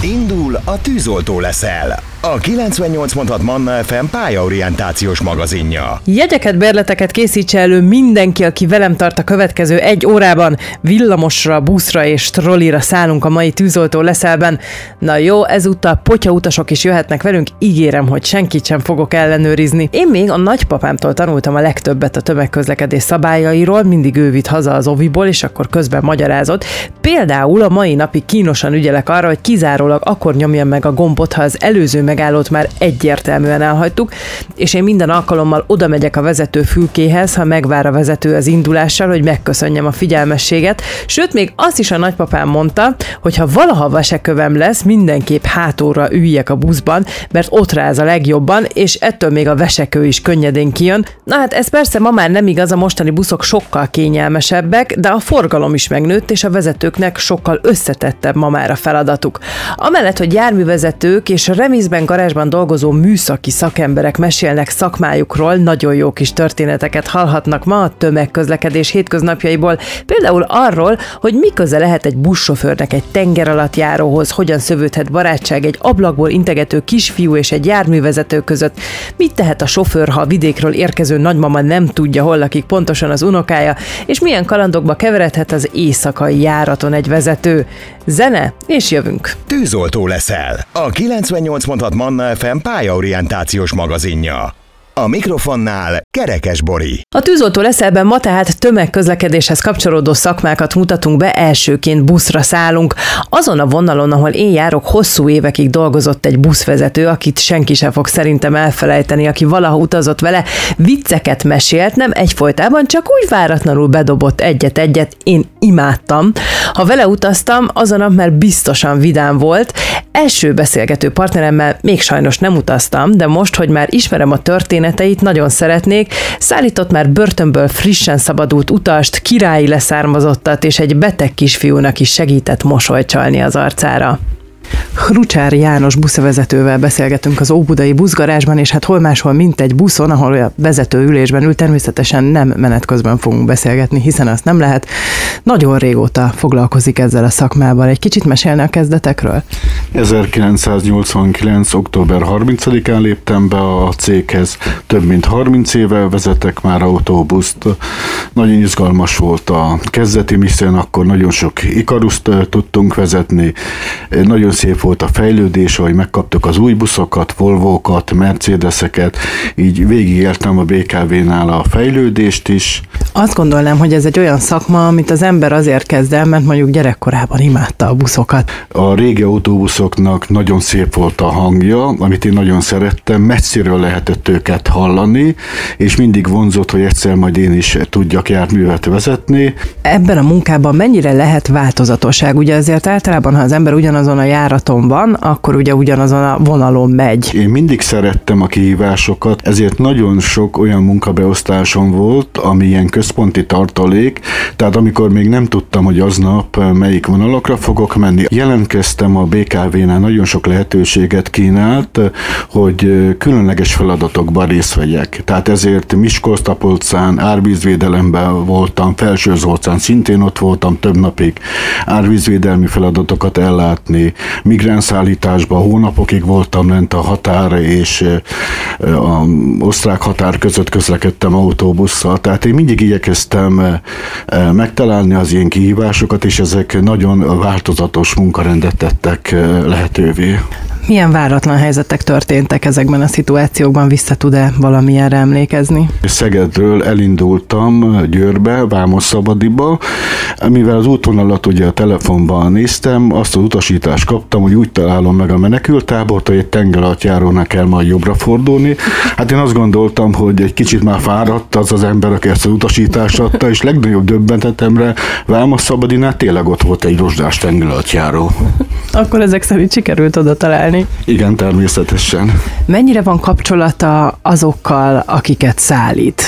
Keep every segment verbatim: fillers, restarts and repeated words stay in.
Indul a Tűzoltó leszel, a kilencvennyolc pont hat Manna ef em pályaorientációs magazinja. Jegyeket, bérleteket készítse elő mindenki, aki velem tart a következő egy órában. Villamosra, buszra és trollira szállunk a mai Tűzoltó leszelben. Na jó, ezúttal potyautasok is jöhetnek velünk, ígérem, hogy senkit sem fogok ellenőrizni. Én még a nagypapámtól tanultam a legtöbbet a tömegközlekedés szabályairól, mindig ő vitt haza az oviból, és akkor közben magyarázott. Például a mai napig kínosan ügyelek arra, hogy kizárólag akkor nyomjam meg a gombot, ha az előző megállót már egyértelműen elhagytuk, és én minden alkalommal oda megyek a vezető fülkéhez, ha megvár a vezető az indulással, hogy megköszönjem a figyelmességet. Sőt, még azt is a nagypapám mondta, hogy ha valaha vasekövem lesz, mindenképp hátulra üljek a buszban, mert ott ráz a legjobban, és ettől még a vesekő is könnyedén kijön. Na hát ez persze ma már nem igaz, a mostani buszok sokkal kényelmesebbek, de a forgalom is megnőtt, és a vezetőknek sokkal összetettebb ma már a feladatuk. Amellett, hogy járművezetők és remízben, garázsban dolgozó műszaki szakemberek mesélnek szakmájukról, nagyon jó kis történeteket hallhatnak ma a tömegközlekedés hétköznapjaiból, például arról, hogy mi köze lehet egy buszsofőrnek egy tengeralattjáróhoz, hogyan szövődhet barátság egy ablakból integető kisfiú és egy járművezető között, mit tehet a sofőr, ha a vidékről érkező nagymama nem tudja, hol lakik pontosan az unokája, és milyen kalandokba keveredhet az éjszakai járaton egy vezető. Zene, és jövünk. Tűzoltó leszel, a kilencvennyolc pont hat Manna ef em pályaorientációs magazinja. A mikrofonnál Kerekes Bori. A Tűzoltó leszelben ma tehát tömegközlekedéshez kapcsolódó szakmákat mutatunk be, elsőként buszra szállunk. Azon a vonalon, ahol én járok, hosszú évekig dolgozott egy buszvezető, akit senki sem fog szerintem elfelejteni, aki valaha utazott vele, vicceket mesélt, nem egyfolytában, csak úgy váratlanul bedobott egyet-egyet, én imádtam. Ha vele utaztam, az a nap már biztosan vidám volt. Első beszélgető partneremmel még sajnos nem utaztam, de most, hogy már ismerem a történeteit, nagyon szeretnék. Szállított már börtönből frissen szabadult utast, királyi leszármazottat, és egy beteg kisfiúnak is segített mosolyt csalni az arcára. Hrucsár János buszvezetővel beszélgetünk az óbudai buszgarázsban, és hát hol máshol, mint egy buszon, ahol a vezető ülésben ül, természetesen nem menet közben fogunk beszélgetni, hiszen azt nem lehet. Nagyon régóta foglalkozik ezzel a szakmával. Egy kicsit mesélne a kezdetekről? ezerkilencszáznyolcvankilenc. október harmincadikán léptem be a céghez. Több mint harminc éve vezetek már autóbuszt. Nagyon izgalmas volt a kezdeti misszión, akkor nagyon sok Ikaruszt tudtunk vezetni. Nagyon szép volt a fejlődés, ahogy megkaptuk az új buszokat, Volvókat, Mercedeseket, így végigéltem a bé ká vé-nál a fejlődést is. Azt gondolnám, hogy ez egy olyan szakma, amit az ember azért kezd el, mert mondjuk gyerekkorában imádta a buszokat. A régi autóbuszoknak nagyon szép volt a hangja, amit én nagyon szerettem, messziről lehetett őket hallani, és mindig vonzott, hogy egyszer majd én is tudjak járművet vezetni. Ebben a munkában mennyire lehet változatosság? Ugye azért általában, ha az ember ugyanazon a járaton van, akkor ugye ugyanazon a vonalon megy. Én mindig szerettem a kihívásokat, ezért nagyon sok olyan munkabeosztásom volt, ami ilyen központi tartalék, tehát amikor még nem tudtam, hogy aznap melyik vonalakra fogok menni, jelentkeztem a bé ká vé-nál, nagyon sok lehetőséget kínált, hogy különleges feladatokban részt vegyek. Tehát ezért Miskolc-Tapolcán árvízvédelemben voltam, Felsőzolcán szintén ott voltam több napig, árvízvédelmi feladatokat ellátni, migránszállításban hónapokig voltam lent a határ és a osztrák határ között közlekedtem autóbusszal, tehát én mindig igyekeztem megtalálni az ilyen kihívásokat, és ezek nagyon változatos munkarendet tettek lehetővé. Milyen váratlan helyzetek történtek ezekben a szituációkban, vissza tud-e valamilyenre emlékezni? Szegedről elindultam Győrbe, Vámosszabadiba, mivel az útvonalat ugye a telefonban néztem, azt az utasítást kaptam, hogy úgy találom meg a menekülttábort, hogy egy tengeralattjárónál kell majd jobbra fordulni. Hát én azt gondoltam, hogy egy kicsit már fáradt az az ember, aki ezt az utasítást adta, és legnagyobb döbbentetemre Vámosszabadinál tényleg ott volt egy rozsdás tengeralattjáró. Akkor ezek szerint sikerült oda találni. Igen, természetesen. Mennyire van kapcsolata azokkal, akiket szállít?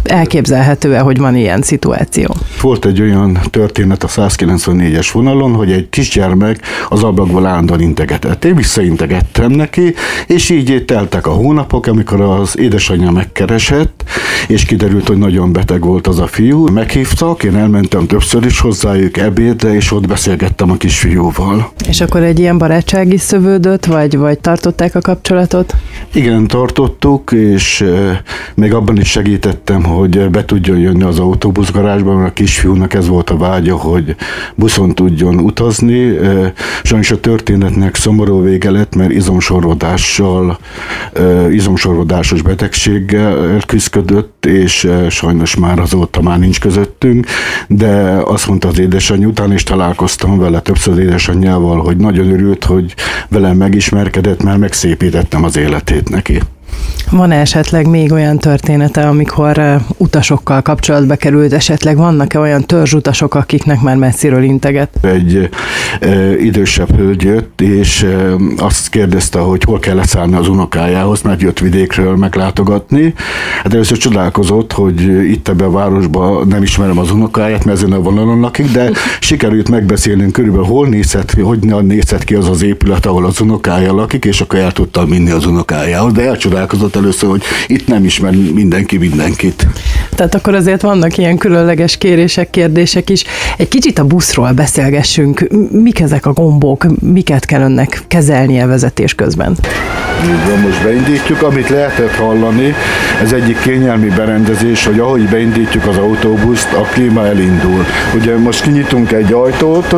Elképzelhető-e, hogy van ilyen szituáció? Volt egy olyan történet a százkilencvennégyes vonalon, hogy egy kisgyermek az ablakból állandóan integetett. Én visszaintegettem neki, és így teltek a hónapok, amikor az édesanyja megkeresett, és kiderült, hogy nagyon beteg volt az a fiú. Meghívtak, én elmentem többször is hozzájuk ebédre, és ott beszélgettem a kisfiúval. És akkor egy ilyen barátság is szövődött, vagy, vagy tartották a kapcsolatot? Igen, tartottuk, és e, még abban is segítettem, hogy be tudjon jönni az autóbuszgarázsba, mert a kisfiúnak ez volt a vágya, hogy buszon tudjon utazni. E, sajnos a történetnek szomorú vége lett, mert izomsorvadással, e, izomsorvadásos betegséggel küzdött, és e, sajnos már azóta már nincs közöttünk, de azt mondta az édesanyja, után is találkoztam vele többször az édesanyjával, hogy nagyon örült, hogy velem megismerkedett, mert megszépítettem az életét neki. Van-e esetleg még olyan története, amikor uh, utasokkal kapcsolatba került, esetleg vannak-e olyan törzsutasok, akiknek már messziről integet? Egy e, idősebb hölgy jött, és e, azt kérdezte, hogy hol kell leszállni az unokájához, mert jött vidékről meglátogatni. Hát először csodálkozott, hogy itt ebben a városban nem ismerem az unokáját, mert ezen a vonalon lakik, de sikerült megbeszélnünk körülbelül, hol nézhet, hogy nézhet ki az az épület, ahol az unokája lakik, és akkor el tudtam vinni az unokájához, de elcsodálkozott először, hogy itt nem ismer mindenki mindenkit. Tehát akkor azért vannak ilyen különleges kérések, kérdések is. Egy kicsit a buszról beszélgessünk. Mik ezek a gombok? Miket kell önnek kezelnie vezetés közben? Így van, most beindítjuk. Amit lehetett hallani, ez egyik kényelmi berendezés, hogy ahogy beindítjuk az autóbuszt, a klíma elindul. Ugye most kinyitunk egy ajtót,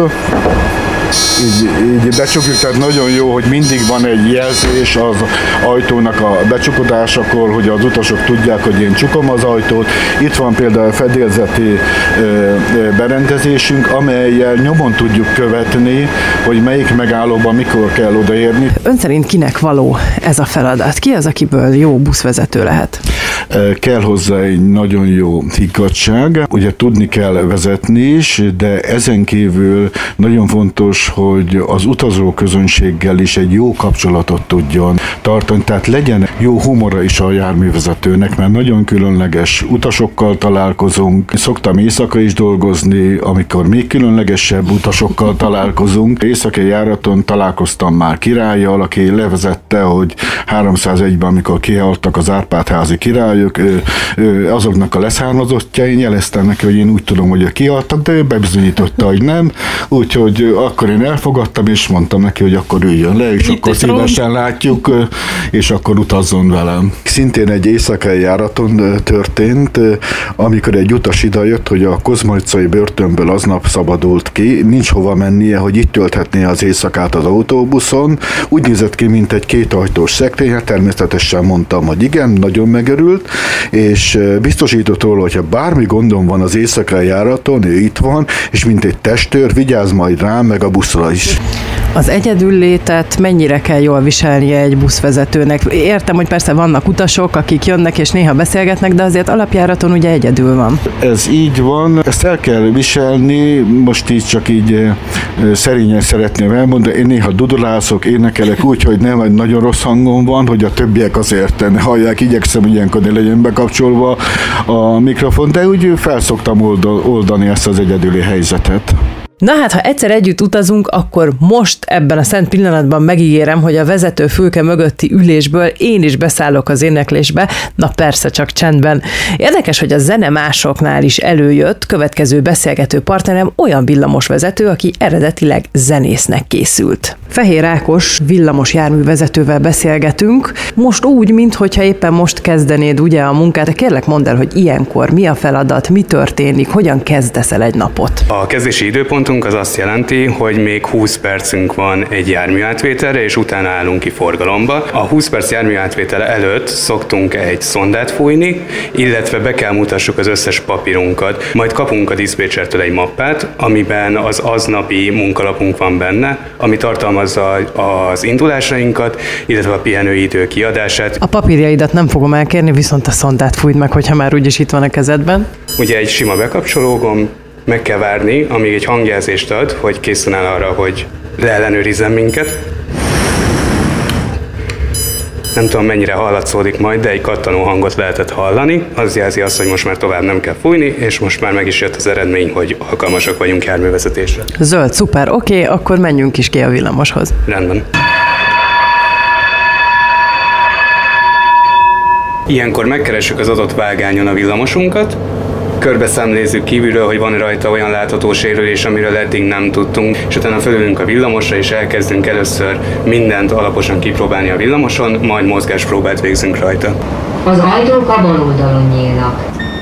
így, így becsukjuk, tehát nagyon jó, hogy mindig van egy jelzés az ajtónak a becsukodásakor, hogy az utasok tudják, hogy én csukom az ajtót. Itt van például a fedélzeti ö, ö, berendezésünk, amellyel nyomon tudjuk követni, hogy melyik megállóban mikor kell odaérni. Ön szerint kinek való ez a feladat? Ki az, akiből jó buszvezető lehet? Kell hozzá egy nagyon jó higgadtság, ugye tudni kell vezetni is, de ezen kívül nagyon fontos, hogy az utazó közönséggel is egy jó kapcsolatot tudjon tartani, tehát legyen jó humora is a járművezetőnek, mert nagyon különleges utasokkal találkozunk. Szoktam éjszaka is dolgozni, amikor még különlegesebb utasokkal találkozunk. Éjszakai járaton találkoztam már királlyal, aki levezette, hogy háromszázegyben, amikor kihaltak az Árpád-házi királyok, ő, ő, azoknak a leszármazottjai, jeleztem neki, hogy én úgy tudom, hogy kihaltak, de ő bebizonyította, hogy nem. Úgyhogy akkor én elfogadtam, és mondtam neki, hogy akkor üljön le, és Itt akkor szívesen látjuk, és akkor utazzon velem. Szintén egy éjszakai járaton történt, amikor egy utas idejött, hogy a kozmaricai börtönből aznap szabadult ki, nincs hova mennie, hogy itt tölthetné az éjszakát az autóbuszon. Úgy nézett ki, mint egy kétajtós szekrény, hát természetesen mondtam, hogy igen, nagyon megörült, és biztosított róla, hogyha bármi gondom van az éjszakai járaton, ő itt van, és mint egy testőr, vigyázz majd rám, meg a buszra is. Az egyedüllétet mennyire kell jól viselnie egy buszvezetőnek? Értem, hogy persze vannak utasok, akik jönnek és néha beszélgetnek, de azért alapjáraton ugye egyedül van. Ez így van, ezt el kell viselni, most így csak így szerényen szeretném elmondani, én néha dudolászok, énekelek úgy, hogy nem, egy nagyon rossz hangom van, hogy a többiek azért ne hallják, igyekszem ilyenkor ne legyen bekapcsolva a mikrofon, de úgy felszoktam oldani ezt az egyedüli helyzetet. Na hát, ha egyszer együtt utazunk, akkor most ebben a szent pillanatban megígérem, hogy a vezető fülke mögötti ülésből én is beszállok az éneklésbe, na persze csak csendben. Érdekes, hogy a zene másoknál is előjött, következő beszélgető partnerem olyan villamosvezető, aki eredetileg zenésznek készült. Fehér Ákos villamos járművezetővel beszélgetünk, most úgy, minthogyha éppen most kezdenéd ugye a munkát, kérlek mondd el, hogy ilyenkor mi a feladat, mi történik, hogyan kezdesz el egy napot? A kezdési időpont az azt jelenti, hogy még húsz percünk van egy járműátvételre, és utána állunk ki forgalomba. A húsz perc járműátvétel előtt szoktunk egy szondát fújni, illetve be kell mutassuk az összes papírunkat. Majd kapunk a diszpécsertől egy mappát, amiben az aznapi munkalapunk van benne, ami tartalmazza az indulásainkat, illetve a pihenőidő kiadását. A papírjaidat nem fogom elkérni, viszont a szondát fújd meg, hogyha már úgyis itt van a kezedben. Ugye egy sima bekapcsológomb, meg kell várni, amíg egy hangjelzést ad, hogy készen áll arra, hogy leellenőrizzen minket. Nem tudom, mennyire hallatszódik majd, de egy kattanó hangot lehetett hallani. Az jelzi azt, hogy most már tovább nem kell fújni, és most már meg is jött az eredmény, hogy alkalmasak vagyunk járművezetésre. Zöld, szuper, oké, okay, akkor menjünk is ki a villamoshoz. Rendben. Ilyenkor megkeressük az adott vágányon a villamosunkat, körbeszemlézzük kívülről, hogy van rajta olyan látható sérülés, amiről eddig nem tudtunk, és utána fölülünk a villamosra, és elkezdünk először mindent alaposan kipróbálni a villamoson, majd mozgáspróbát végzünk rajta. Az ajtók a bal oldalon nyílnak.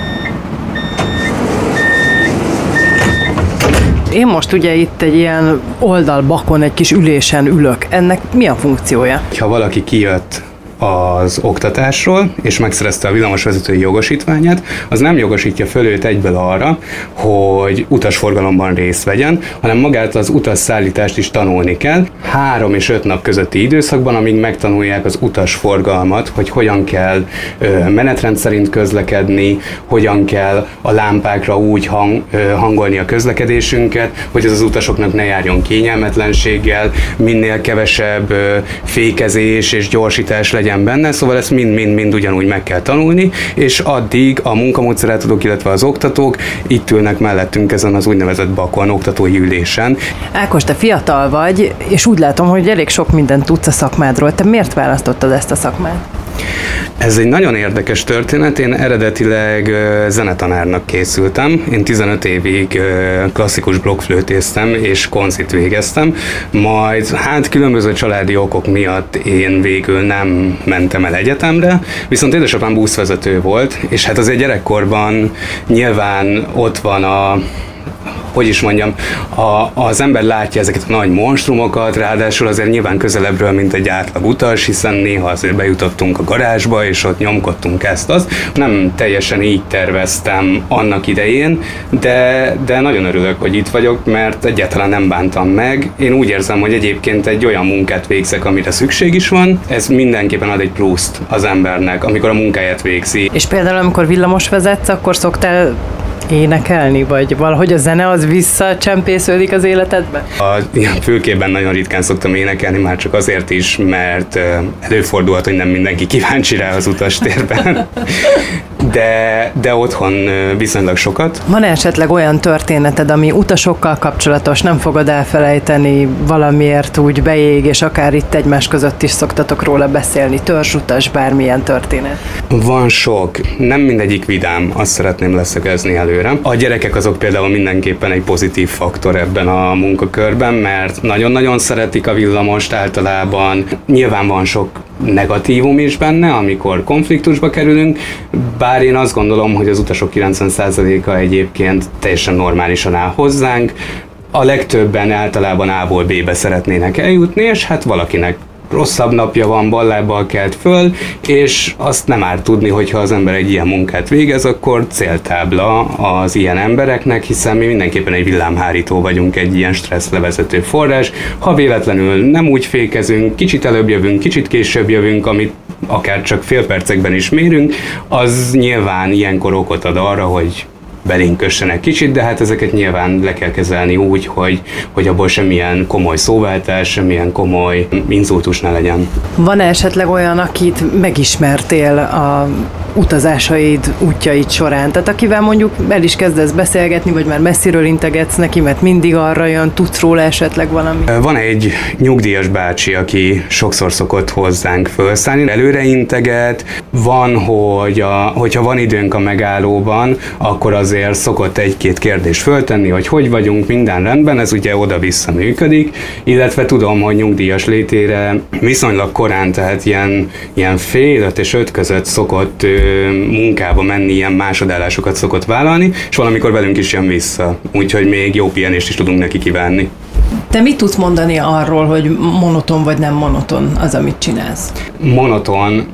Én most ugye itt egy ilyen oldalbakon, egy kis ülésen ülök. Ennek mi a funkciója? Ha valaki kijött az oktatásról, és megszerezte a villamosvezetői jogosítványát, az nem jogosítja föl őt egyből arra, hogy utasforgalomban részt vegyen, hanem magát az utasszállítást is tanulni kell. Három és öt nap közötti időszakban, amíg megtanulják az utasforgalmat, hogy hogyan kell ö, menetrend szerint közlekedni, hogyan kell a lámpákra úgy hang, ö, hangolni a közlekedésünket, hogy ez az utasoknak ne járjon kényelmetlenséggel, minél kevesebb ö, fékezés és gyorsítás legyen benne, szóval ezt mind-mind-mind ugyanúgy meg kell tanulni, és addig a munkamódszerátadók, illetve az oktatók itt ülnek mellettünk ezen az úgynevezett bakon, oktatói ülésen. Ákos, te fiatal vagy, és úgy látom, hogy elég sok mindent tudsz a szakmádról. Te miért választottad ezt a szakmát? Ez egy nagyon érdekes történet. Én eredetileg zenetanárnak készültem. Én tizenöt évig klasszikus blokkflőtéztem és konzit végeztem. Majd hát különböző családi okok miatt én végül nem mentem el egyetemre, viszont édesapám buszvezető volt, és hát azért gyerekkorban nyilván ott van a hogy is mondjam, a, az ember látja ezeket a nagy monstrumokat, ráadásul azért nyilván közelebbről, mint egy átlag utas, hiszen néha azért bejutottunk a garázsba, és ott nyomkodtunk ezt-azt. Nem teljesen így terveztem annak idején, de, de nagyon örülök, hogy itt vagyok, mert egyáltalán nem bántam meg. Én úgy érzem, hogy egyébként egy olyan munkát végzek, amire szükség is van. Ez mindenképpen ad egy pluszt az embernek, amikor a munkáját végzi. És például, amikor villamos vezetsz, akkor szoktál énekelni, vagy valahogy a zene az visszacsempésződik az életedbe? A fülkében nagyon ritkán szoktam énekelni, már csak azért is, mert előfordulhat, hogy nem mindenki kíváncsi rá az utastérben. De, de otthon viszonylag sokat. Van esetleg olyan történeted, ami utasokkal kapcsolatos, nem fogod elfelejteni, valamiért úgy beég, és akár itt egymás között is szoktatok róla beszélni, törzsutas, bármilyen történet? Van sok. Nem mindegyik vidám, azt szeretném leszögezni előre. A gyerekek azok például mindenképpen egy pozitív faktor ebben a munkakörben, mert nagyon-nagyon szeretik a villamost általában. Nyilván van sok negatívum is benne, amikor konfliktusba kerülünk, bár én azt gondolom, hogy az utasok kilencven százaléka egyébként teljesen normálisan áll hozzánk. A legtöbben általában A-ból B-be szeretnének eljutni, és hát valakinek rosszabb napja van, ballábbal kelt föl, és azt nem árt tudni, hogyha az ember egy ilyen munkát végez, akkor céltábla az ilyen embereknek, hiszen mi mindenképpen egy villámhárító vagyunk, egy ilyen stresszlevezető forrás. Ha véletlenül nem úgy fékezünk, kicsit előbb jövünk, kicsit később jövünk, amit akár csak fél percekben is mérünk, az nyilván ilyenkor okot ad arra, hogy belénk kössenek kicsit, de hát ezeket nyilván le kell kezelni úgy, hogy, hogy abból semmilyen komoly szóváltás, semmilyen komoly inzultus ne legyen. Van esetleg olyan, akit megismertél a utazásaid, útjaid során? Tehát akivel mondjuk el is kezdesz beszélgetni, vagy már messziről integetsz neki, mert mindig arra jön, tudsz róla esetleg valami? Van egy nyugdíjas bácsi, aki sokszor szokott hozzánk felszállni, előre integet. Van, hogy a, hogyha van időnk a megállóban, akkor azért szokott egy-két kérdést föltenni, hogy hogy vagyunk, minden rendben, ez ugye oda-vissza működik, illetve tudom, hogy nyugdíjas létére viszonylag korán, tehát ilyen, ilyen fél öt és öt között szokott munkába menni, ilyen másodállásokat szokott vállalni, és valamikor velünk is jön vissza, úgyhogy még jó pihenést is tudunk neki kívánni. Te mit tudsz mondani arról, hogy monoton vagy nem monoton az, amit csinálsz? Monoton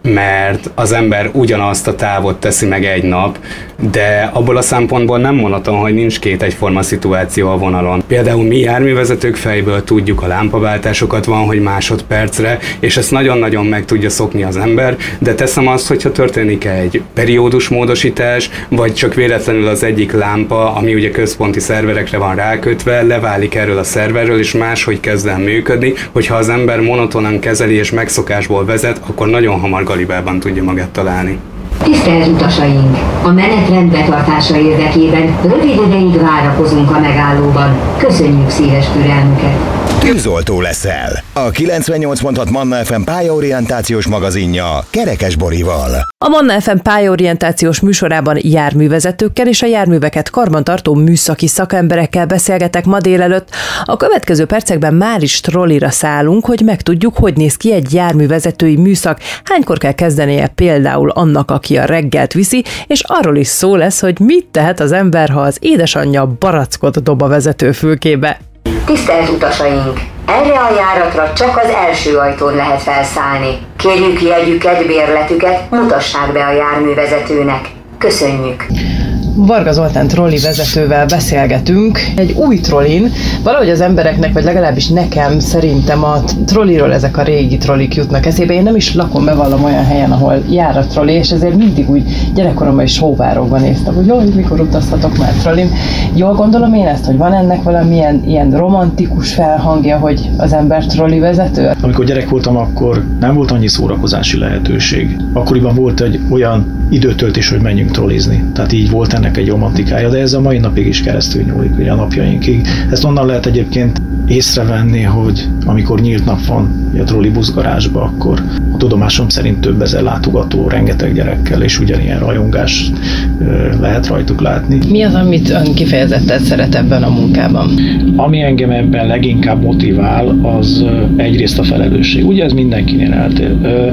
mert az ember ugyanazt a távot teszi meg egy nap, de abból a szempontból nem mondhatom, hogy nincs két egyforma szituáció a vonalon. Például mi járművezetők fejből tudjuk, a lámpaváltásokat van, hogy másodpercre, és ezt nagyon-nagyon meg tudja szokni az ember, de teszem azt, hogyha történik egy periódusmódosítás, vagy csak véletlenül az egyik lámpa, ami ugye központi szerverekre van rákötve, leválik erről a szerverről, és máshogy kezd el működni, hogyha az ember monotonan kezeli és megszokásból vezet, akkor nagyon hamar galibában tudja magát találni. Tisztelt utasaink! A menetrend betartása érdekében rövid ideig várakozunk a megállóban. Köszönjük szíves türelmüket! Tűzoltó leszel. A kilencvennyolc pont hat Manna ef em pályaorientációs magazinja Kerekes Borival. A Manna ef em pályaorientációs műsorában járművezetőkkel és a járműveket karbantartó műszaki szakemberekkel beszélgetek ma délelőtt. A következő percekben már is trollira szállunk, hogy megtudjuk, hogy néz ki egy járművezetői műszak, hánykor kell kezdenie például annak, aki a reggelt viszi, és arról is szó lesz, hogy mit tehet az ember, ha az édesanyja barackot dob a vezetőfülkébe. Tisztelt utasaink! Erre a járatra csak az első ajtón lehet felszállni. Kérjük jegyüket, bérletüket, mutassák be a járművezetőnek. Köszönjük! Varga Zoltán trolli vezetővel beszélgetünk. Egy új trollin, valahogy az embereknek, vagy legalábbis nekem szerintem a trolliról ezek a régi trollik jutnak eszébe. Én nem is lakom, bevallom, olyan helyen, ahol jár a trolli, és ezért mindig úgy gyerekkoromban is sóvárogva néztem, hogy jaj, mikor utazhatok már trollin. Jól gondolom én ezt, hogy van ennek valamilyen ilyen romantikus felhangja, hogy az ember trolli vezető? Amikor gyerek voltam, akkor nem volt annyi szórakozási lehetőség. Akkoriban volt egy olyan időtöltés, hogy menjünk trollizni. Tehát így volt ennek egy romantikája, de ez a mai napig is keresztül nyúlik, ugye a napjainkig. Ezt onnan lehet egyébként észrevenni, hogy amikor nyílt nap van a trollibusz garázsba, akkor a tudomásom szerint több ezer látogató, rengeteg gyerekkel, és ugyanilyen rajongás lehet rajtuk látni. Mi az, amit ön kifejezetten szeret ebben a munkában? Ami engem ebben leginkább motivál, az egyrészt a felelősség. Ugye ez mindenkinél eltér.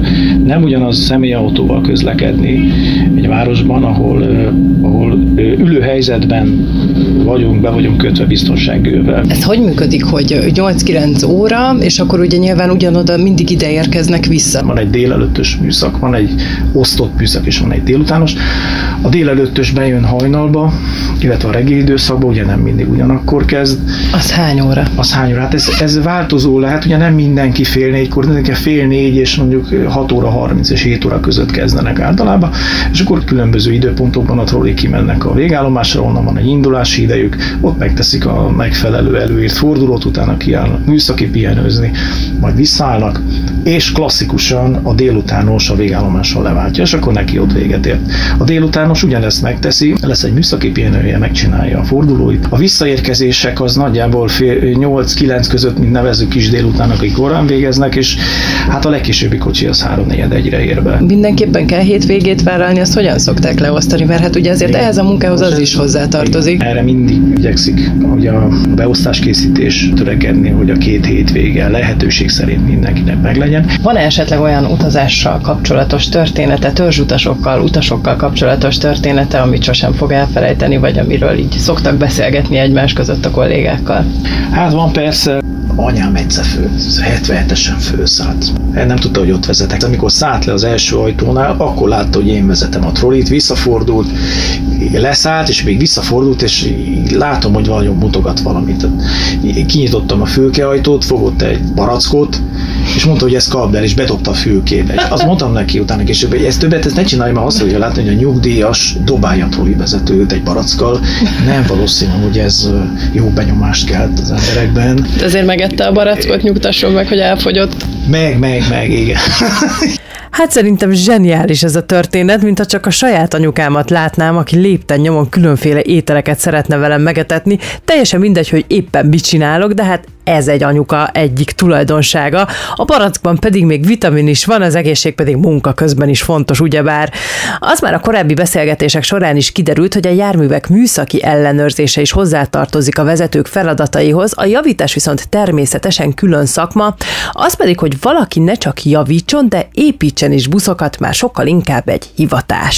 Nem ugyanaz személyautóval közlekedni egy városban, ahol, ahol ülő helyzetben vagyunk, be vagyunk kötve biztonságővel. Ez hogy működik, hogy nyolc-kilenc óra, és akkor ugye nyilván ugyanoda mindig ide érkeznek vissza? Van egy délelőttös műszak, van egy osztott műszak, és van egy délutános. A délelőttös bejön hajnalba, illetve a reggeli időszakban, ugye nem mindig ugyanakkor kezd. Az hány óra? Az hány óra? Hát ez, ez változó lehet, ugye nem mindenki fél négykor, de fél négy és mondjuk hat óra harminc és hét óra között kezdenek általában, és akkor különböző időpontokban a trolli kimennek a végállomásra, onnan van egy indulási idejük, ott megteszik a megfelelő előírt fordulót, utána kiállnak műszaki pihenőzni, majd visszaállnak, és klasszikusan a délutános a végállomáson leváltja, és akkor neki ott véget ért. A délutános ugyanezt megteszi, lesz egy műszaki pihenője, megcsinálja a fordulóit. A visszaérkezések az nagyjából nyolc-kilenc között, mint nevezzük kis délutának, akik korán végeznek, és hát a legkésőbbi kocsi az három-négyed egyre ér be. Mindenképpen kell hétvégét vállalni, azt hogyan szokták leosztani, mert hát ugye azért igen, ehhez a munkához az is hozzátartozik. Erre mindig igyekszik, hogy a beosztáskészítés törekedni, hogy a két hétvége lehetőség szerint mindenkinek meglegyen. Van esetleg olyan utazással kapcsolatos története, törzsutasokkal, utasokkal kapcsolatos története, amit sosem fog elfelejteni, vagy amiről így szoktak beszélgetni egymás között a kollégákkal? Hát van persze. Anyám egyszer fő, hetvenhetesen fölszállt. Nem tudta, hogy ott vezetek. Amikor szállt le az első ajtónál, akkor látta, hogy én vezetem a trollit, visszafordult, leszállt, és még visszafordult, és látom, hogy valami mutogat valamit. Kinyitottam a fülkeajtót, fogott egy barackot, és mondta, hogy ezt kapd el, és bedobta a fülkébe. És azt mondtam neki utána később, hogy ezt többet ezt ne csinálj, mert azt fogja látni, hogy a nyugdíjas dobálja a trolli vezetőt egy barackkal. Nem valószínű, hogy ez jó benyomást kelt az emberekben. Azért megette a barackot, nyugtasson meg, hogy elfogyott. Meg, meg, meg, igen. Hát szerintem zseniális ez a történet, mintha csak a saját anyukámat látnám, aki lépten nyomon különféle ételeket szeretne velem megetetni. Teljesen mindegy, hogy éppen mit csinálok, de hát ez egy anyuka egyik tulajdonsága. A barackban pedig még vitamin is van, az egészség pedig munka közben is fontos, ugyebár. Az már a korábbi beszélgetések során is kiderült, hogy a járművek műszaki ellenőrzése is hozzátartozik a vezetők feladataihoz, a javítás viszont természetesen külön szakma, az pedig, hogy valaki ne csak javítson, de építsen is buszokat, már sokkal inkább egy hivatás.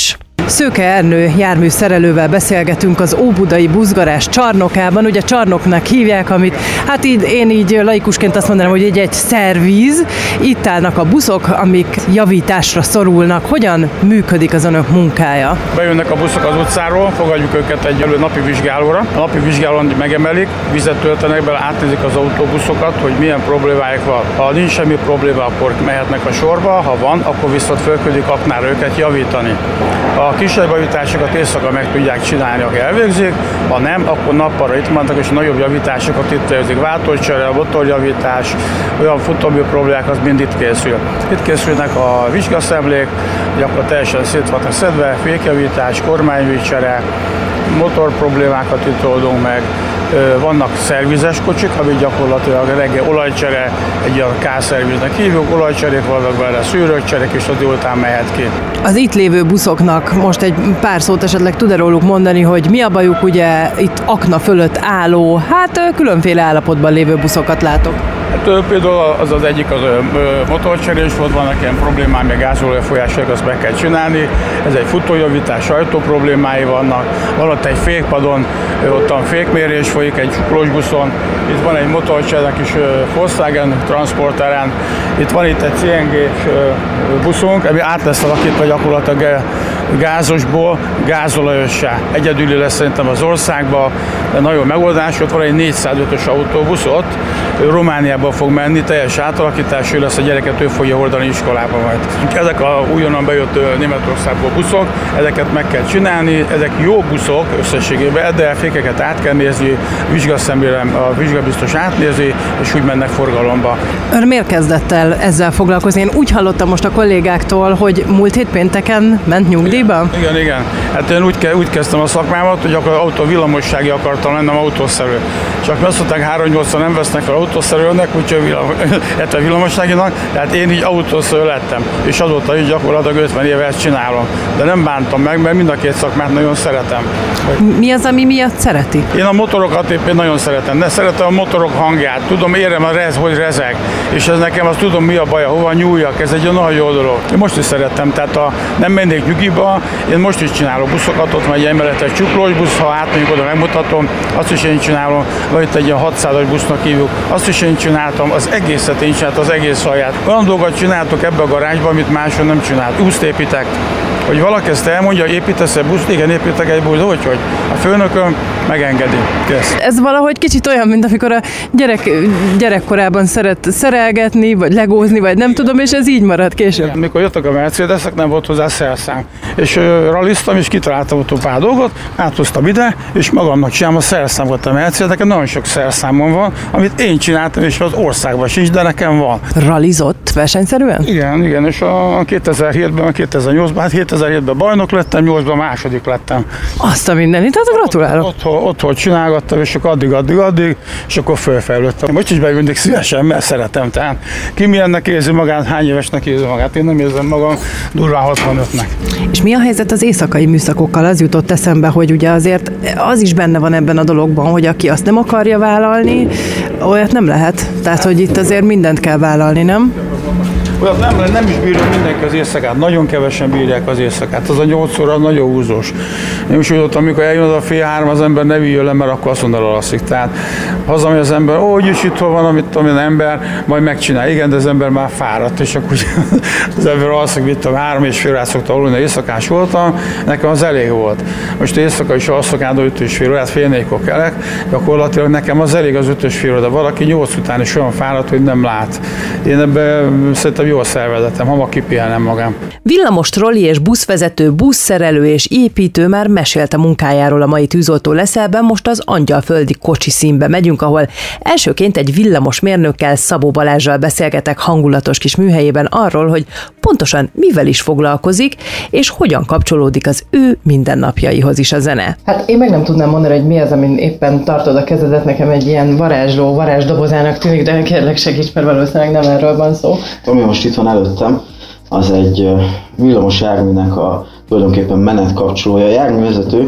Szőke Ernő járműszerelővel beszélgetünk az óbudai buszgarázs csarnokában. Ugye csarnoknak hívják, amit hát így, én így laikusként azt mondanám, hogy egy, egy szervíz. Itt állnak a buszok, amik javításra szorulnak. Hogyan működik az önök munkája? Bejönnek a buszok az utcáról, fogadjuk őket egy elő napi vizsgálóra. A napi vizsgálón megemelik, vizet töltenek bele, átnézik az autóbuszokat, hogy milyen problémáik van. Ha nincs semmi probléma, akkor mehetnek a sorba, ha van, akkor viszont fölküldik aknára őket javítani. A kisebb javításokat éjszaka meg tudják csinálni, ha elvégzik, ha nem, akkor nappalra itt vannak, és a nagyobb javításokat itt végzik. Váltócsere, motorjavítás, olyan futómű problémák, az mind itt készül. Itt készülnek a vizsgaszemlék, akkor teljesen szét vannak szedve, fékjavítás, kormányműcsere, motor problémákat itt oldunk meg. Vannak szervizes kocsik, ami gyakorlatilag reggel olajcsere, egy ilyen K-szerviznek hívjuk, olajcserék vannak bele, szűrőcserek, és az délután mehet ki. Az itt lévő buszoknak most egy pár szót esetleg tud-e róluk mondani, hogy mi a bajuk, ugye itt akna fölött álló, hát különféle állapotban lévő buszokat látok. Hát például az az egyik az motorcserés volt, vannak ilyen problémák, meg gázolaj folyások, azt meg kell csinálni. Ez egy futójavítás, ajtó problémái vannak. Van ott egy fékpadon, ott a fékmérés folyik egy buszon. Itt van egy motorcserek is Volkswagen transporteren. Itt van itt egy cé en gé-s buszunk, ami át lesz alakítva gyakorlatilag gázosból gázolajossá. Egyedüli lesz szerintem az országban, de nagyon megoldás. Ott van egy négyszázötös autóbusz ott, Romániába fog menni, teljes átalakítású lesz, a gyereket ő fogja hordani iskolába majd. Ezek a újonnan bejött Németországból buszok, ezeket meg kell csinálni, ezek jó buszok összességében, de fékeket át kell nézni, vizsgaszemlére a vizsgabiztos átnézi, és úgy mennek forgalomba. Ön miért kezdett el ezzel foglalkozni? Én úgy hallottam most a kollégáktól, hogy múlt hét pénteken ment nyugdíjba? Igen, igen. igen. Hát én úgy, úgy kezdtem a szakmámat, hogy akkor autó villamossági akartam lennem, autószerű. Csak azt mondták, háromnyolcvan nem vesznek fel autószerűnek, úgyhogy villam, villamosságinak, tehát én így autószerű lettem. És azóta így gyakorlatilag ötven éve ezt csinálom. De nem bántam meg, mert mind a két szakmát nagyon szeretem. Mi az, ami miatt szereti? Én a motorokat éppen nagyon szeretem, de szeretem a motorok hangját. Tudom, érem a rez, hogy rezeg. És ez nekem, azt tudom, mi a baja, hova nyúljak. Ez egy nagyon jó dolog. Én most is szeretem, tehát a, nem mennék nyugiba, én most is csinálok buszokat, ott van egy emeletes csuklós busz, ha átmegyünk oda, megmutatom, azt is én csinálom. Van itt egy ilyen hatszázas busznak hívjuk, azt is én csináltam, az egészet én csináltam, az egész alját. Olyan dolgokat csináltok ebbe a garázsba, amit máshol nem csinált. Úszt építek. Hogy valaki ezt elmondja, építesz egy buszt, igen, építek egy buszt, hogy, hogy a főnököm megengedi. Kész. Ez valahogy kicsit olyan, mint amikor a gyerek gyerekkorában szeret szerelgetni, vagy legózni, vagy nem tudom, és ez így marad később. Igen, mikor jöttek a Mercedesek, nem volt hozzá szerszám. És uh, ralliztam, és kitaláltam ott pár dolgot, áthoztam ide, és magamnak csinálom a szerszámot a Mercedeseken, nagyon sok szerszámom van, amit én csináltam, és az országban is, de nekem van. Rallizott versenyszerűen? Igen, igen, és a kétezer-hétben, a kétezer-nyolcban, hát kétezer-hétben bajnok lettem, nyolcban második lettem. Azt a mindenit, tehát gratulálok. Ott, ott, otthon csinálgattam, és akkor addig, addig, addig, és akkor fölfejlődtem. Most is bejönnék szívesen, mert szeretem. Tehát ki milyennek érzi magát, hány évesnek érzi magát. Én nem érzem magam durván hatvanötnek. És mi a helyzet az éjszakai műszakokkal? Az jutott eszembe, hogy ugye azért az is benne van ebben a dologban, hogy aki azt nem akarja vállalni, olyat nem lehet. Tehát, hogy itt azért mindent kell vállalni, nem? Olyat nem, nem is bírja mindenki az éjszakát, nagyon kevesen bírják az éjszakát. Az a nyolc óra nagyon húzós. Én is úgy ott, amikor eljön az a fél három, az ember ne vigyön le, mert akkor azt mondja, alaszik. Tehát hazamegy az ember, ó, úgyis itt van, amit tudom, az ember majd megcsinál. Igen, de az ember már fáradt, és akkor az ember alszik, mit tudom, három és fél órát szokta aludni, éjszakás voltam, nekem az elég volt. Most éjszaka is alszok át öt és fél órát, fél négykor kelek, gyakorlatilag nekem az elég az öt és fél óra, de valaki nyolc után is olyan fáradt, hogy nem lát. Én ebben szerintem jól szervezetem, ha ma kipihenem magam. Villamos, trolli és buszvezető, buszszerelő és építő már mesélt a munkájáról a mai tűzoltó leszelben, most az Angyalföldi kocsiszínbe megyünk, ahol elsőként egy villamos mérnökkel, Szabó Balázsral beszélgetek hangulatos kis műhelyében arról, hogy pontosan mivel is foglalkozik, és hogyan kapcsolódik az ő mindennapjaihoz is a zene. Hát én meg nem tudnám mondani, hogy mi az, amin éppen tartod a kezedet, nekem egy ilyen varázsló, varázsdobozának tűnik, de kérlek segíts, mert valószínűleg nem erről van szó. Ami most itt van előttem, az egy villamos járműnek a tulajdonképpen menetkapcsolója. A járművezető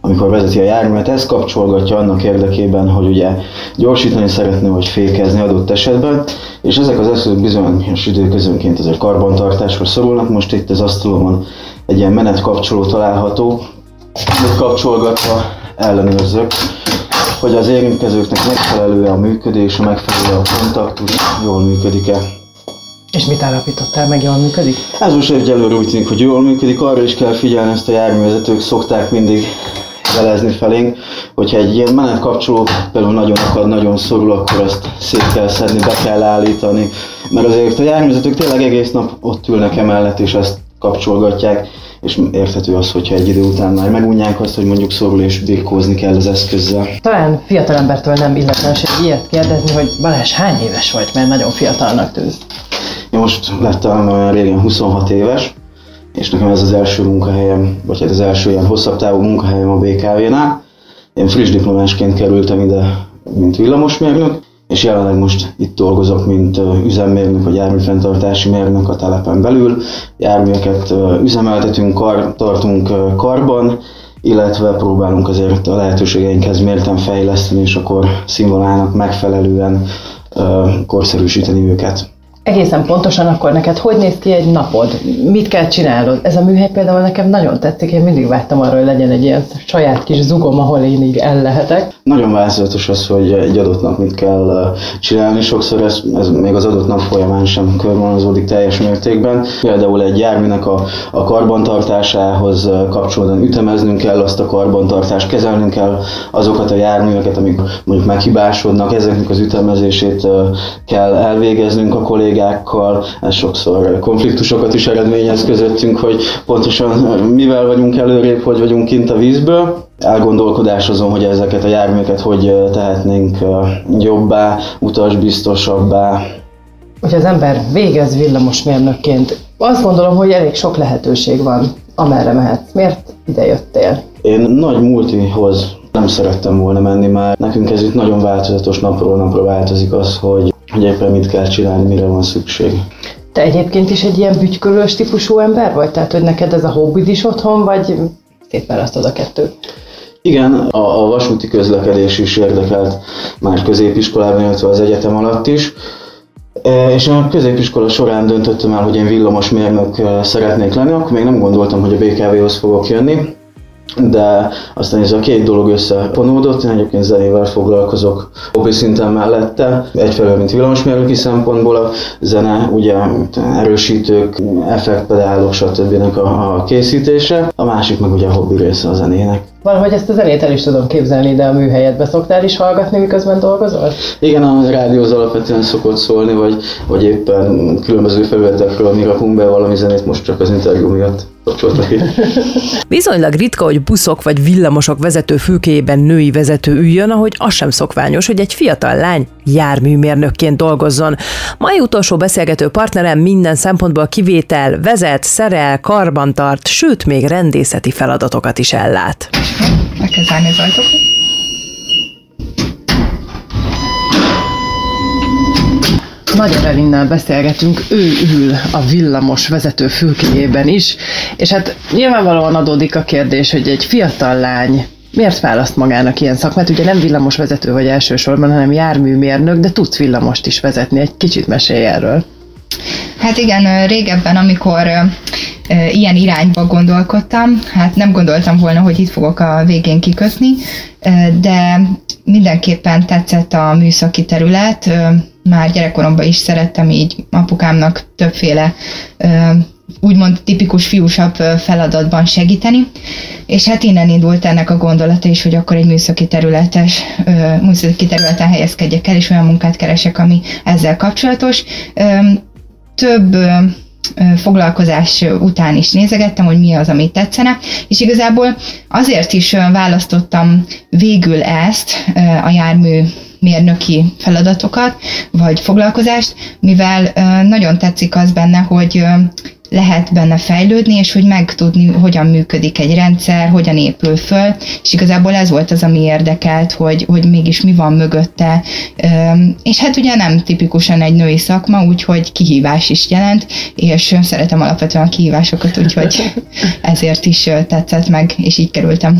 amikor vezeti a járművet, ez kapcsolgatja annak érdekében, hogy ugye gyorsítani szeretne, vagy fékezni adott esetben, és ezek az eszközök bizonyos időközönként azért karbantartásra szorulnak. Most itt az asztalomon egy ilyen menetkapcsoló található, amit kapcsolgatva ellenőrzök, hogy az érintkezőknek megfelelő a működés, a megfelelő a kontaktus, jól működik-e. És mit állapítottál meg, jól működik? Ez most egyelőre úgy tűnik, hogy jól működik, arra is kell figyelni, ezt a járművezetők szokták mindig jelezni felénk, hogyha egy ilyen menetkapcsoló például nagyon akad, nagyon szorul, akkor azt szét kell szedni, be kell állítani, mert azért a járművezetők tényleg egész nap ott ülnek emellett, és ezt kapcsolgatják, és érthető az, hogyha egy idő után már megunják azt, hogy mondjuk szorul és birkózni kell az eszközzel. Talán fiatalembertől nem illetlenség ilyet kérdezni, hogy Balázs, hány éves vagy, mert nagyon fiatalnak tűz. Én most lettem olyan régen huszonhat éves, és nekem ez az első munkahelyem, vagy hát az első ilyen hosszabb távú munkahelyem a bé ká vé-nál. Én friss diplomásként kerültem ide, mint villamosmérnök, és jelenleg most itt dolgozok, mint üzemmérnök, vagy járműfenntartási mérnök a telepen belül. Járműveket üzemeltetünk, kar, tartunk karban, illetve próbálunk azért a lehetőségeinkhez mérten fejleszteni, és akkor színvonalának megfelelően korszerűsíteni őket. Egészen pontosan akkor neked hogy néz ki egy napod? Mit kell csinálnod? Ez a műhely például nekem nagyon tetszik, én mindig vágytam arra, hogy legyen egy ilyen saját kis zugom, ahol én így el lehetek. Nagyon változatos az, hogy egy adott nap mit kell csinálni, sokszor ez, ez még az adott nap folyamán sem körvonalazódik teljes mértékben. Például egy járműnek a, a karbantartásához kapcsolódóan ütemeznünk kell, azt a karbantartást kezelnünk kell, azokat a járműveket, amik mondjuk meghibásodnak, ezeknek az ütemezését kell elvégeznünk a kollégákkal. Ez sokszor konfliktusokat is eredményez közöttünk, hogy pontosan mivel vagyunk előrébb, hogy vagyunk kint a vízből. Elgondolkodás azon, hogy ezeket a járműveket hogy tehetnénk jobbá, utasbiztosabbá. Hogyha az ember végez villamosmérnökként, azt gondolom, hogy elég sok lehetőség van, amerre mehetsz. Miért ide jöttél? Én nagy multihoz nem szerettem volna menni, már nekünk ez itt nagyon változatos, napról napra változik az, hogy, hogy éppen mit kell csinálni, mire van szükség. Te egyébként is egy ilyen bütykölős típusú ember vagy? Tehát, hogy neked ez a hobbid is otthon, vagy szétválasztod a kettőt? Igen, a, a vasúti közlekedés is érdekelt már középiskolában, illetve az egyetem alatt is. És a középiskola során döntöttem el, hogy én villamosmérnök szeretnék lenni, akkor még nem gondoltam, hogy a bé ká vé-hoz fogok jönni, de aztán ez a két dolog összefonódott, én egyébként zenével foglalkozok hobbi szinten mellette, egyfelől mint villamosmérnöki szempontból a zene, ugye erősítők, effektpedálok, stb. A, a készítése, a másik meg ugye a hobbi része a zenének. Valahogy ezt a zenét el is tudom képzelni, de a műhelyedbe szoktál is hallgatni, miközben dolgozol? Igen, a rádió az alapvetően szokott szólni, vagy, vagy éppen különböző felületekről mi rakunk be valami zenét, most csak az interjú miatt kapcsoltak ki. Viszonylag ritka, hogy buszok vagy villamosok vezető fülkéjében női vezető üljön, ahogy az sem szokványos, hogy egy fiatal lány járműmérnökként dolgozzon. Mai utolsó beszélgető partnerem minden szempontból kivétel, vezet, szerel, karbantart, sőt még rendészeti feladatokat is ellát. Meg kell zárni az ajtókat. Nagy Evelinnel beszélgetünk, ő ül a villamos vezető fülkéjében is, és hát nyilvánvalóan adódik a kérdés, hogy egy fiatal lány miért választ magának ilyen szakmát? Ugye nem villamosvezető vagy elsősorban, hanem járműmérnök, de tudsz villamost is vezetni. Egy kicsit mesélj erről. Hát igen, régebben, amikor uh, ilyen irányba gondolkodtam, hát nem gondoltam volna, hogy itt fogok a végén kikötni, uh, de mindenképpen tetszett a műszaki terület, uh, már gyerekkoromban is szerettem így apukámnak többféle uh, úgymond tipikus fiúsabb feladatban segíteni, és hát innen indult ennek a gondolata is, hogy akkor egy műszaki területes, uh, műszaki területen helyezkedjek el, és olyan munkát keresek, ami ezzel kapcsolatos. Uh, több foglalkozás után is nézegettem, hogy mi az, amit tetszene, és igazából azért is választottam végül ezt, a jármű mérnöki feladatokat, vagy foglalkozást, mivel nagyon tetszik az benne, hogy lehet benne fejlődni, és hogy megtudni, hogyan működik egy rendszer, hogyan épül föl, és igazából ez volt az, ami érdekelt, hogy, hogy mégis mi van mögötte, és hát ugye nem tipikusan egy női szakma, úgyhogy kihívás is jelent, és szeretem alapvetően a kihívásokat, úgyhogy ezért is tetszett meg, és így kerültem.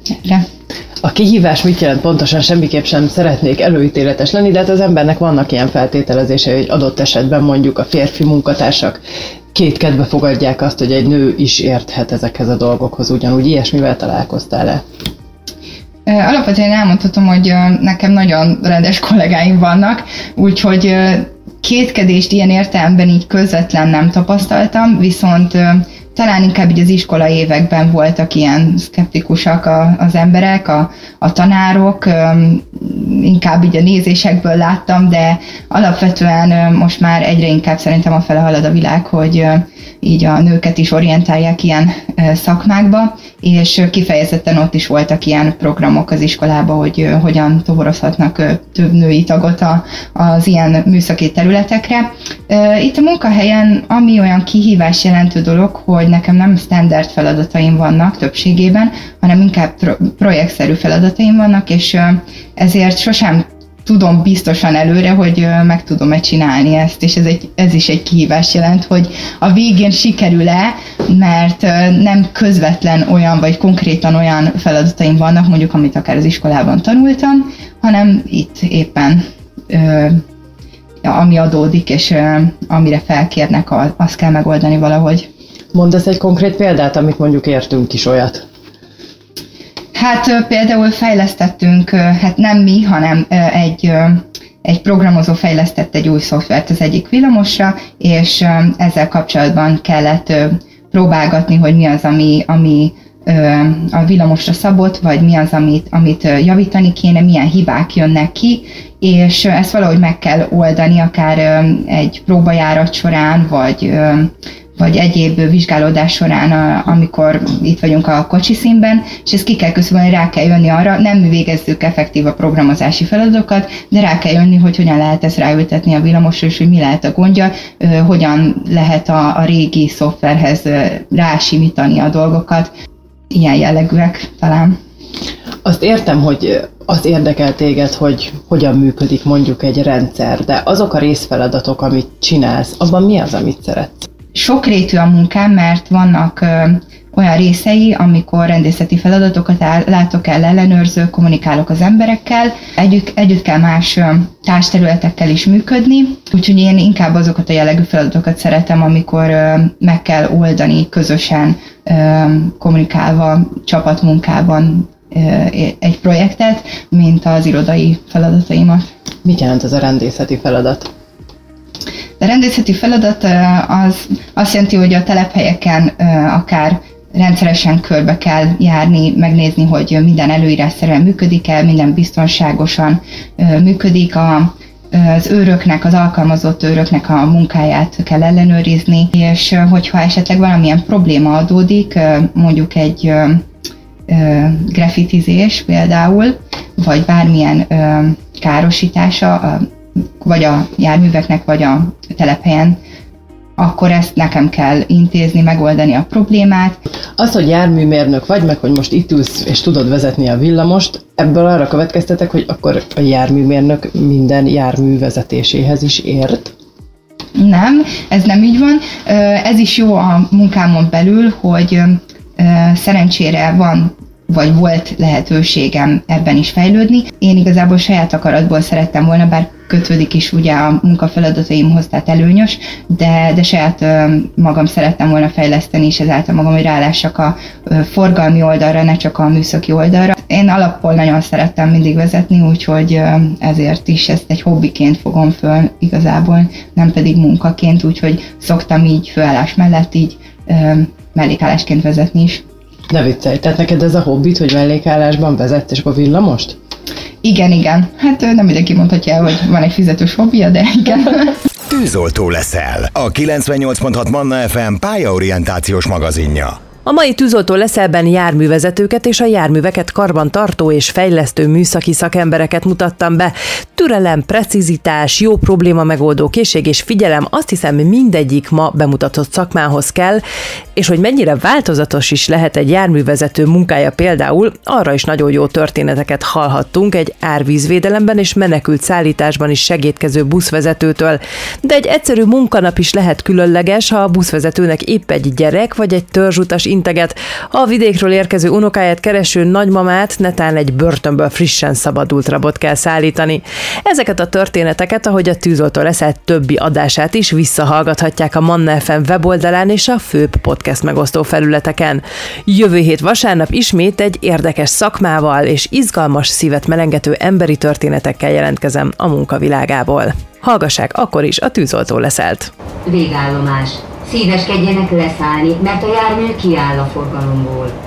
erre. A kihívás mit jelent pontosan? Semmiképp sem szeretnék előítéletes lenni, de hát az embernek vannak ilyen feltételezései, hogy adott esetben mondjuk a férfi munkatársak kétkedve fogadják azt, hogy egy nő is érthet ezekhez a dolgokhoz. Ugyanúgy ilyesmivel találkoztál-e? Alapvetően elmondhatom, hogy nekem nagyon rendes kollégáim vannak, úgyhogy kétkedést ilyen értelemben így közvetlen nem tapasztaltam, viszont talán inkább így az iskola években voltak ilyen szkeptikusak a, az emberek, a, a tanárok, inkább így a nézésekből láttam, de alapvetően most már egyre inkább szerintem afele halad a világ, hogy így a nőket is orientálják ilyen szakmákba, és kifejezetten ott is voltak ilyen programok az iskolában, hogy hogyan toborozhatnak több női tagot az ilyen műszaki területekre. Itt a munkahelyen ami olyan kihívás jelentő dolog, hogy nekem nem standard feladataim vannak többségében, hanem inkább projektszerű feladataim vannak, és ezért sosem tudom biztosan előre, hogy meg tudom-e csinálni ezt, és ez, egy, ez is egy kihívás jelent, hogy a végén sikerül-e, mert nem közvetlen olyan, vagy konkrétan olyan feladataim vannak, mondjuk, amit akár az iskolában tanultam, hanem itt éppen ami adódik, és amire felkérnek, azt kell megoldani valahogy. Mondasz egy konkrét példát, amit mondjuk értünk is olyat? Hát például fejlesztettünk, hát nem mi, hanem egy, egy programozó fejlesztett egy új szoftvert az egyik villamosra, és ezzel kapcsolatban kellett próbálgatni, hogy mi az, ami, ami a villamosra szabott, vagy mi az, amit, amit javítani kéne, milyen hibák jönnek ki, és ezt valahogy meg kell oldani, akár egy próbajárat során, vagy vagy egyéb vizsgálódás során, amikor itt vagyunk a kocsiszínben, és ezt ki kell küszöbölni, rá kell jönni arra, nem mi végezzük effektív a programozási feladatokat, de rá kell jönni, hogy hogyan lehet ezt ráültetni a villamosra, és hogy mi lehet a gondja, hogyan lehet a, a régi szoftverhez rásimítani a dolgokat. Ilyen jellegűek talán. Azt értem, hogy az érdekel téged, hogy hogyan működik mondjuk egy rendszer, de azok a részfeladatok, amit csinálsz, abban mi az, amit szeretsz? Sokrétű a munkám, mert vannak ö, olyan részei, amikor rendészeti feladatokat áll, látok el, ellenőrző, kommunikálok az emberekkel, együtt, együtt kell más ö, társterületekkel is működni, úgyhogy én inkább azokat a jellegű feladatokat szeretem, amikor ö, meg kell oldani közösen, ö, kommunikálva, csapatmunkában ö, egy projektet, mint az irodai feladataimat. Mit jelent ez a rendészeti feladat? De rendészeti feladat az azt jelenti, hogy a telephelyeken akár rendszeresen körbe kell járni, megnézni, hogy minden előírásszerűen működik-e, minden biztonságosan működik, a, az őröknek, az alkalmazott őröknek a munkáját kell ellenőrizni, és hogyha esetleg valamilyen probléma adódik, mondjuk egy grafitizés például, vagy bármilyen károsítása, vagy a járműveknek, vagy a telephelyen, akkor ezt nekem kell intézni, megoldani a problémát. Az, hogy járműmérnök vagy, meg hogy most itt ülsz és tudod vezetni a villamost, ebből arra következtetek, hogy akkor a járműmérnök minden jármű vezetéséhez is ért? Nem, ez nem így van. Ez is jó a munkámon belül, hogy szerencsére van vagy volt lehetőségem ebben is fejlődni. Én igazából saját akaratból szerettem volna, bár kötődik is ugye a munkafeladataimhoz, tehát előnyös, de, de saját magam szerettem volna fejleszteni, és ezáltal magam, hogy rálássak a forgalmi oldalra, ne csak a műszaki oldalra. Én alapból nagyon szerettem mindig vezetni, úgyhogy ezért is ezt egy hobbiként fogom föl igazából, nem pedig munkaként, úgyhogy szoktam így főállás mellett így mellékállásként vezetni is. Ne viccelj, tehát neked ez a hobbit, hogy mellékállásban vezetsz, és akkor villamost? Igen, igen. Hát nem mindenki mondhatja el, hogy van egy fizetős hobbija, de igen. Tűzoltó leszel. A kilencvennyolc pont hat Manna ef em pályaorientációs magazinja. A mai Tűzoltó leszelben járművezetőket és a járműveket karban tartó és fejlesztő műszaki szakembereket mutattam be. Türelem, precizitás, jó probléma megoldó készség és figyelem, azt hiszem mindegyik ma bemutatott szakmához kell, és hogy mennyire változatos is lehet egy járművezető munkája például, arra is nagyon jó történeteket hallhattunk egy árvízvédelemben és menekült szállításban is segédkező buszvezetőtől. De egy egyszerű munkanap is lehet különleges, ha a buszvezetőnek épp egy gyerek vagy egy törzsutas integet, a vidékről érkező unokáját kereső nagymamát netán egy börtönből frissen szabadult rabot kell szállítani. Ezeket a történeteket, ahogy a Tűzoltó leszállt többi adását is visszahallgathatják a Manna ef em weboldalán és a főbb podcast megosztó felületeken. Jövő hét vasárnap ismét egy érdekes szakmával és izgalmas, szívet melengető emberi történetekkel jelentkezem a munkavilágából. Hallgassák akkor is a Tűzoltó leszállt. Végállomás. Szíveskedjenek leszállni, mert a jármű kiáll a forgalomból.